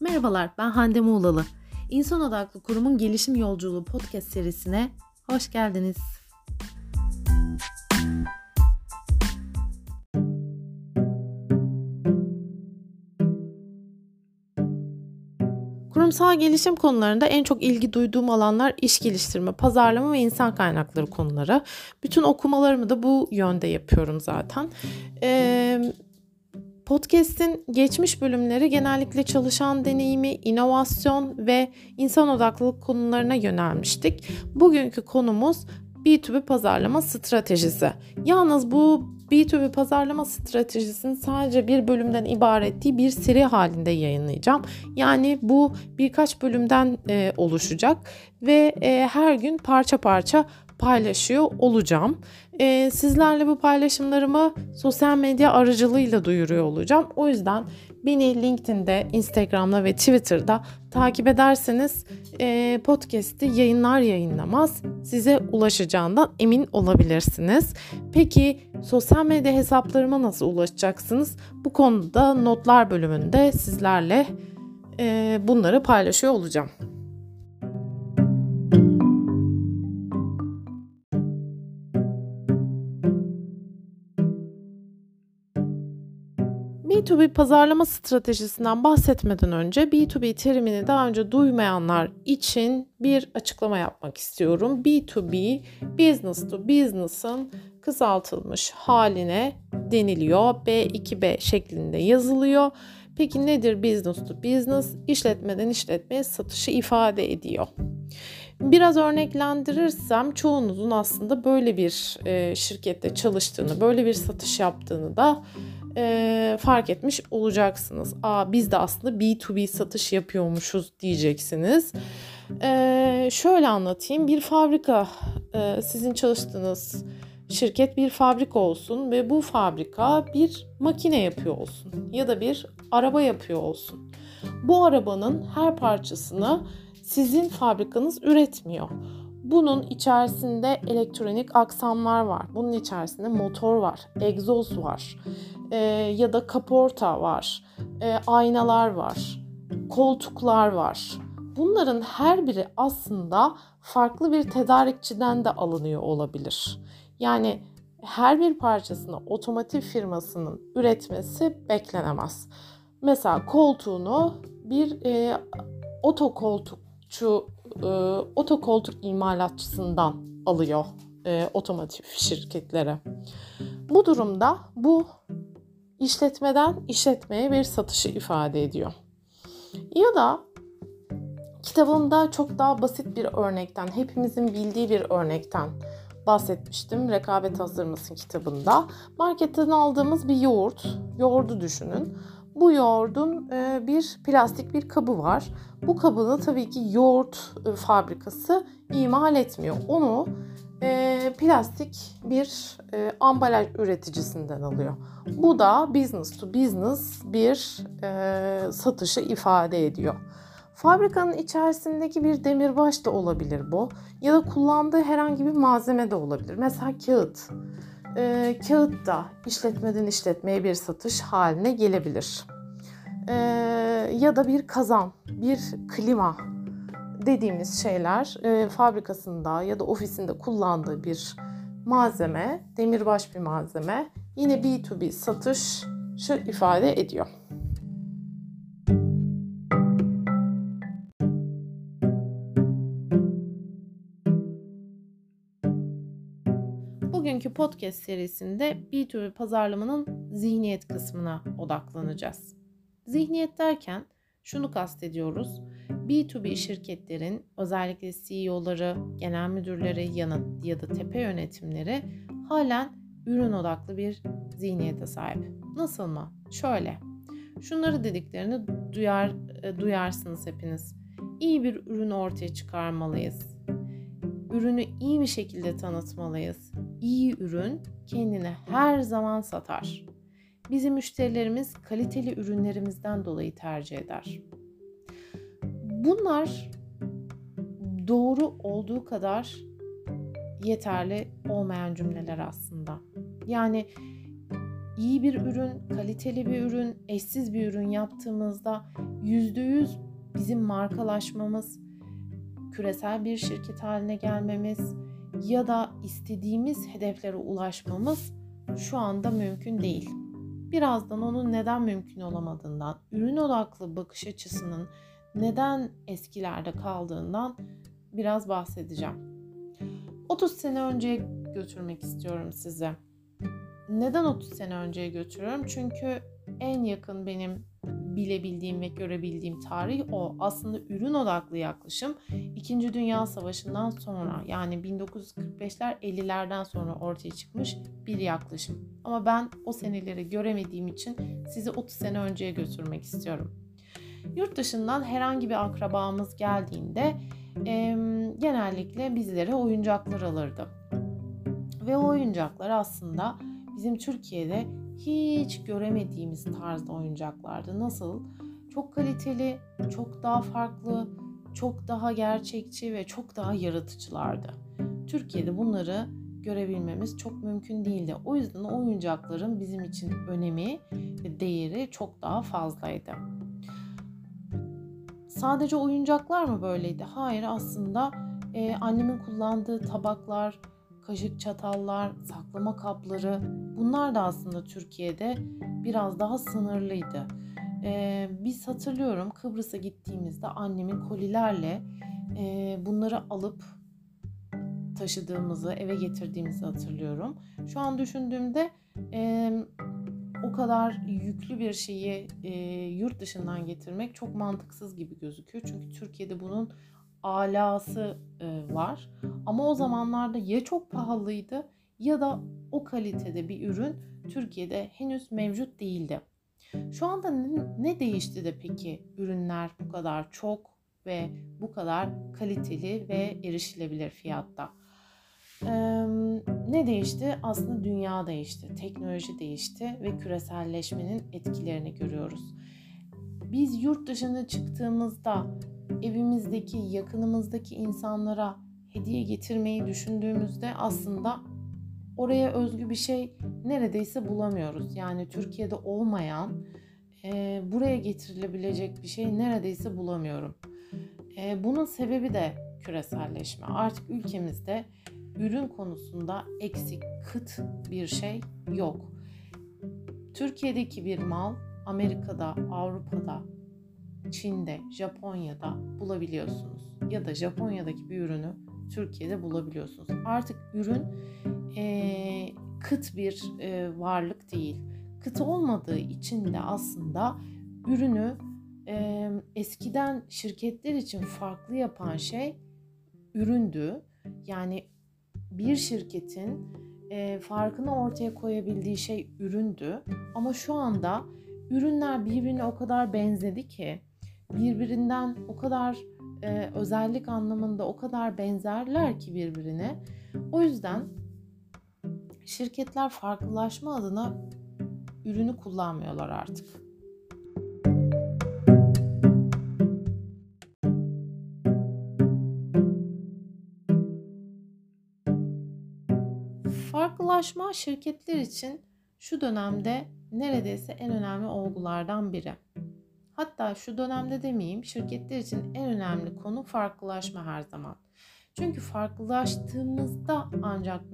Merhabalar, ben Hande Muğlalı. İnsan Odaklı Kurumun Gelişim Yolculuğu podcast serisine hoş geldiniz. Kurumsal gelişim konularında en çok ilgi duyduğum alanlar iş geliştirme, pazarlama ve insan kaynakları konuları. Bütün okumalarımı da bu yönde yapıyorum zaten. Podcast'in geçmiş bölümleri genellikle çalışan deneyimi, inovasyon ve insan odaklılık konularına yönelmiştik. Bugünkü konumuz B2B pazarlama stratejisi. Yalnız bu B2B pazarlama stratejisini sadece bir bölümden ibaret değil, bir seri halinde yayınlayacağım. Yani bu birkaç bölümden oluşacak ve her gün parça parça paylaşıyor olacağım. Sizlerle bu paylaşımlarımı sosyal medya aracılığıyla duyuruyor olacağım. O yüzden beni LinkedIn'de, Instagram'da ve Twitter'da takip ederseniz podcast'i yayınlamaz size ulaşacağından emin olabilirsiniz. Peki sosyal medya hesaplarıma nasıl ulaşacaksınız? Bu konuda notlar bölümünde sizlerle bunları paylaşıyor olacağım. B2B pazarlama stratejisinden bahsetmeden önce B2B terimini daha önce duymayanlar için bir açıklama yapmak istiyorum. B2B, business to business'ın kısaltılmış haline deniliyor. B2B şeklinde yazılıyor. Peki nedir business to business? İşletmeden işletmeye satışı ifade ediyor. Biraz örneklendirirsem çoğunuzun aslında böyle bir şirkette çalıştığını, böyle bir satış yaptığını da fark etmiş olacaksınız. Biz de aslında B2B satış yapıyormuşuz diyeceksiniz. Şöyle anlatayım. Bir fabrika, sizin çalıştığınız şirket bir fabrika olsun ve bu fabrika bir makine yapıyor olsun ya da bir araba yapıyor olsun. Bu arabanın her parçasını sizin fabrikanız üretmiyor. Bunun içerisinde elektronik aksamlar var. Bunun içerisinde motor var, egzoz var ya da kaporta var, aynalar var, koltuklar var. Bunların her biri aslında farklı bir tedarikçiden de alınıyor olabilir. Yani her bir parçasını otomotiv firmasının üretmesi beklenemez. Mesela koltuğunu bir otokoltuk imalatçısından alıyor otomotiv şirketleri. Bu durumda bu işletmeden işletmeye bir satışı ifade ediyor. Ya da kitabımda çok daha basit bir örnekten, hepimizin bildiği bir örnekten bahsetmiştim. Rekabet Hazır mısın kitabında. Marketten aldığımız bir yoğurdu düşünün. Bu yoğurdun bir plastik bir kabı var. Bu kabını tabii ki yoğurt fabrikası imal etmiyor. Onu plastik bir ambalaj üreticisinden alıyor. Bu da business to business bir satışı ifade ediyor. Fabrikanın içerisindeki bir demirbaş da olabilir bu. Ya da kullandığı herhangi bir malzeme de olabilir. Mesela kağıt. Kağıt da işletmeden işletmeye bir satış haline gelebilir. Ya da bir kazan, bir klima dediğimiz şeyler fabrikasında ya da ofisinde kullandığı bir malzeme, demirbaş bir malzeme yine B2B satışı ifade ediyor. Bugünkü podcast serisinde B2B pazarlamanın zihniyet kısmına odaklanacağız. Zihniyet derken şunu kastediyoruz. B2B şirketlerin özellikle CEO'ları, genel müdürleri ya da tepe yönetimleri halen ürün odaklı bir zihniyete sahip. Nasıl mı? Şöyle. Şunları dediklerini duyarsınız hepiniz. İyi bir ürün ortaya çıkarmalıyız. Ürünü iyi bir şekilde tanıtmalıyız. İyi ürün kendini her zaman satar. Bizim müşterilerimiz kaliteli ürünlerimizden dolayı tercih eder. Bunlar doğru olduğu kadar yeterli olmayan cümleler aslında. Yani iyi bir ürün, kaliteli bir ürün, eşsiz bir ürün yaptığımızda %100 bizim markalaşmamız, küresel bir şirket haline gelmemiz ya da istediğimiz hedeflere ulaşmamız şu anda mümkün değil. Birazdan onun neden mümkün olamadığından, ürün odaklı bakış açısının neden eskilerde kaldığından biraz bahsedeceğim. 30 sene önceye götürmek istiyorum size. Neden 30 sene önceye götürüyorum? Çünkü en yakın benim bilebildiğim ve görebildiğim tarih o. Aslında ürün odaklı yaklaşım 2. Dünya Savaşı'ndan sonra, yani 1945'ler 50'lerden sonra ortaya çıkmış bir yaklaşım. Ama ben o seneleri göremediğim için sizi 30 sene önceye götürmek istiyorum. Yurt dışından herhangi bir akrabamız geldiğinde genellikle bizlere oyuncaklar alırdı. Ve o oyuncaklar aslında bizim Türkiye'de hiç göremediğimiz tarzda oyuncaklardı. Nasıl? Çok kaliteli, çok daha farklı, çok daha gerçekçi ve çok daha yaratıcılardı. Türkiye'de bunları görebilmemiz çok mümkün değildi. O yüzden o oyuncakların bizim için önemi ve değeri çok daha fazlaydı. Sadece oyuncaklar mı böyleydi? Hayır, aslında annemin kullandığı tabaklar, kaşık, çatallar, saklama kapları, bunlar da aslında Türkiye'de biraz daha sınırlıydı. Biz hatırlıyorum, Kıbrıs'a gittiğimizde annemin kolilerle bunları alıp taşıdığımızı, eve getirdiğimizi hatırlıyorum. Şu an düşündüğümde o kadar yüklü bir şeyi yurt dışından getirmek çok mantıksız gibi gözüküyor. Çünkü Türkiye'de bunun alası var. Ama o zamanlarda ya çok pahalıydı ya da o kalitede bir ürün Türkiye'de henüz mevcut değildi. Şu anda ne değişti de peki ürünler bu kadar çok ve bu kadar kaliteli ve erişilebilir fiyatta? Ne değişti? Aslında dünya değişti, teknoloji değişti ve küreselleşmenin etkilerini görüyoruz. Biz yurt dışına çıktığımızda evimizdeki, yakınımızdaki insanlara hediye getirmeyi düşündüğümüzde aslında oraya özgü bir şey neredeyse bulamıyoruz. Yani Türkiye'de olmayan, buraya getirilebilecek bir şey neredeyse bulamıyorum. Bunun sebebi de küreselleşme. Artık ülkemizde ürün konusunda eksik, kıt bir şey yok. Türkiye'deki bir mal Amerika'da, Avrupa'da, Çin'de, Japonya'da bulabiliyorsunuz. Ya da Japonya'daki bir ürünü Türkiye'de bulabiliyorsunuz. Artık ürün kıt bir varlık değil. Kıt olmadığı için de aslında ürünü eskiden şirketler için farklı yapan şey üründü. Yani bir şirketin farkını ortaya koyabildiği şey üründü. Ama şu anda ürünler birbirine o kadar benzedi ki, birbirinden o kadar özellik anlamında o kadar benzerler ki birbirine. O yüzden şirketler farklılaşma adına ürünü kullanmıyorlar artık. Farklılaşma şirketler için şu dönemde neredeyse en önemli olgulardan biri. Hatta şu dönemde demeyeyim, şirketler için en önemli konu farklılaşma her zaman. Çünkü farklılaştığımızda ancak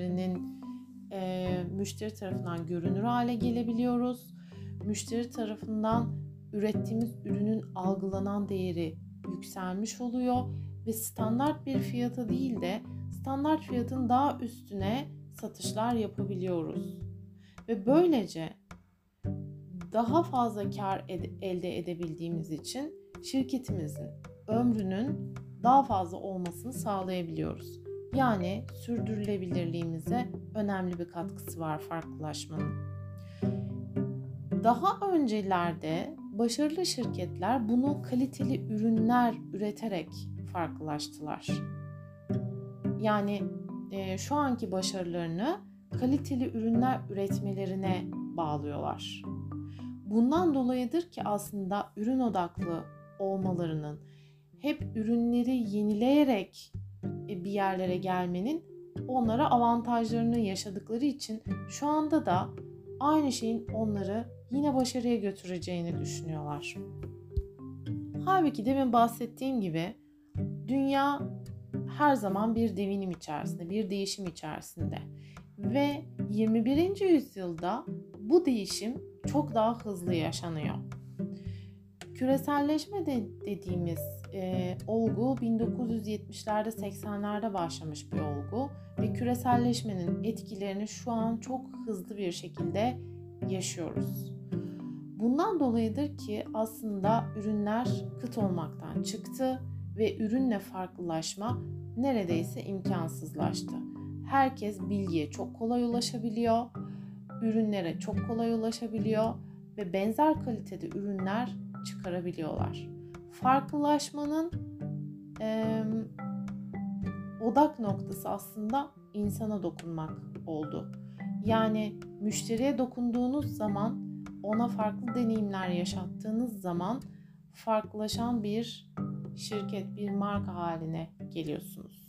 müşteri tarafından görünür hale gelebiliyoruz. Müşteri tarafından ürettiğimiz ürünün algılanan değeri yükselmiş oluyor ve standart bir fiyata değil de standart fiyatın daha üstüne satışlar yapabiliyoruz. Ve böylece daha fazla kar elde edebildiğimiz için şirketimizin ömrünün daha fazla olmasını sağlayabiliyoruz. Yani sürdürülebilirliğimize önemli bir katkısı var farklılaşmanın. Daha öncelerde başarılı şirketler bunu kaliteli ürünler üreterek farklılaştılar. Yani şu anki başarılarını kaliteli ürünler üretmelerine bağlıyorlar. Bundan dolayıdır ki aslında ürün odaklı olmalarının, hep ürünleri yenileyerek bir yerlere gelmenin onlara avantajlarını yaşadıkları için şu anda da aynı şeyin onları yine başarıya götüreceğini düşünüyorlar. Halbuki demin bahsettiğim gibi dünya her zaman bir devinim içerisinde, bir değişim içerisinde. Ve 21. yüzyılda bu değişim çok daha hızlı yaşanıyor. Küreselleşme dediğimiz olgu 1970'lerde 80'lerde başlamış bir olgu ve küreselleşmenin etkilerini şu an çok hızlı bir şekilde yaşıyoruz. Bundan dolayıdır ki aslında ürünler kıt olmaktan çıktı ve ürünle farklılaşma neredeyse imkansızlaştı. Herkes bilgiye çok kolay ulaşabiliyor, ürünlere çok kolay ulaşabiliyor ve benzer kalitede ürünler çıkarabiliyorlar. Farklılaşmanın odak noktası aslında insana dokunmak oldu. Yani müşteriye dokunduğunuz zaman, ona farklı deneyimler yaşattığınız zaman farklılaşan bir şirket, bir marka haline geliyorsunuz.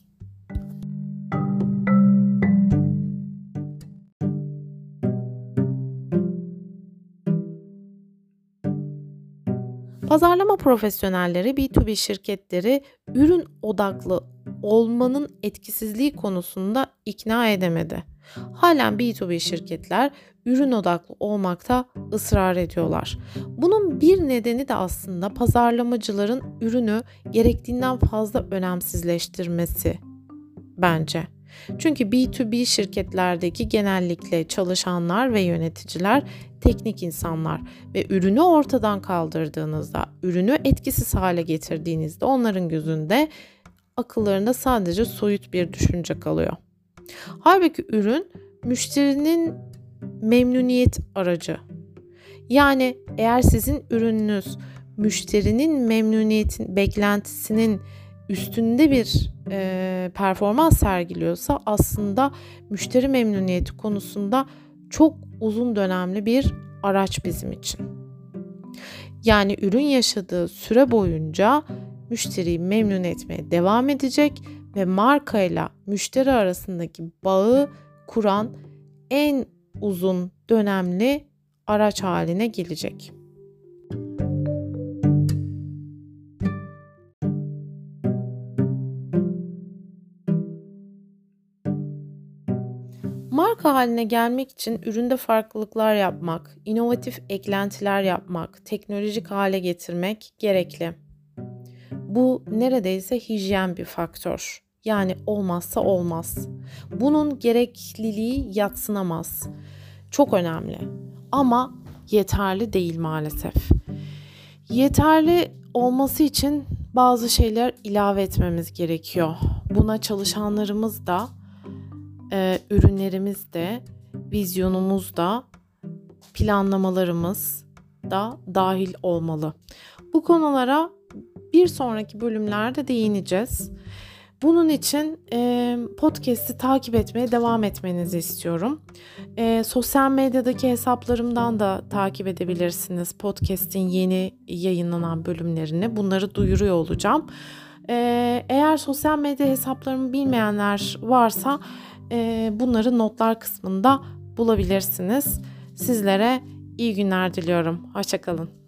Pazarlama profesyonelleri, B2B şirketleri ürün odaklı olmanın etkisizliği konusunda ikna edemedi. Halen B2B şirketler ürün odaklı olmakta ısrar ediyorlar. Bunun bir nedeni de aslında pazarlamacıların ürünü gerektiğinden fazla önemsizleştirmesi bence. Çünkü B2B şirketlerdeki genellikle çalışanlar ve yöneticiler teknik insanlar ve ürünü ortadan kaldırdığınızda, ürünü etkisiz hale getirdiğinizde onların gözünde, akıllarında sadece soyut bir düşünce kalıyor. Halbuki ürün müşterinin memnuniyet aracı. Yani eğer sizin ürününüz müşterinin memnuniyetin beklentisinin üstünde bir performans sergiliyorsa aslında müşteri memnuniyeti konusunda çok uzun dönemli bir araç bizim için. Yani ürün yaşadığı süre boyunca müşteriyi memnun etmeye devam edecek ve markayla müşteri arasındaki bağı kuran en uzun dönemli araç haline gelecek. Marka haline gelmek için üründe farklılıklar yapmak, inovatif eklentiler yapmak, teknolojik hale getirmek gerekli. Bu neredeyse hijyen bir faktör. Yani olmazsa olmaz. Bunun gerekliliği yadsınamaz. Çok önemli ama yeterli değil maalesef. Yeterli olması için bazı şeyler ilave etmemiz gerekiyor. Buna çalışanlarımız da, ürünlerimiz de, vizyonumuz da, planlamalarımız da dahil olmalı. Bu konulara bir sonraki bölümlerde değineceğiz. Bunun için podcast'i takip etmeye devam etmenizi istiyorum. Sosyal medyadaki hesaplarımdan da takip edebilirsiniz podcast'in yeni yayınlanan bölümlerini. Bunları duyuruyor olacağım. Eğer sosyal medya hesaplarımı bilmeyenler varsa bunları notlar kısmında bulabilirsiniz. Sizlere iyi günler diliyorum. Hoşça kalın.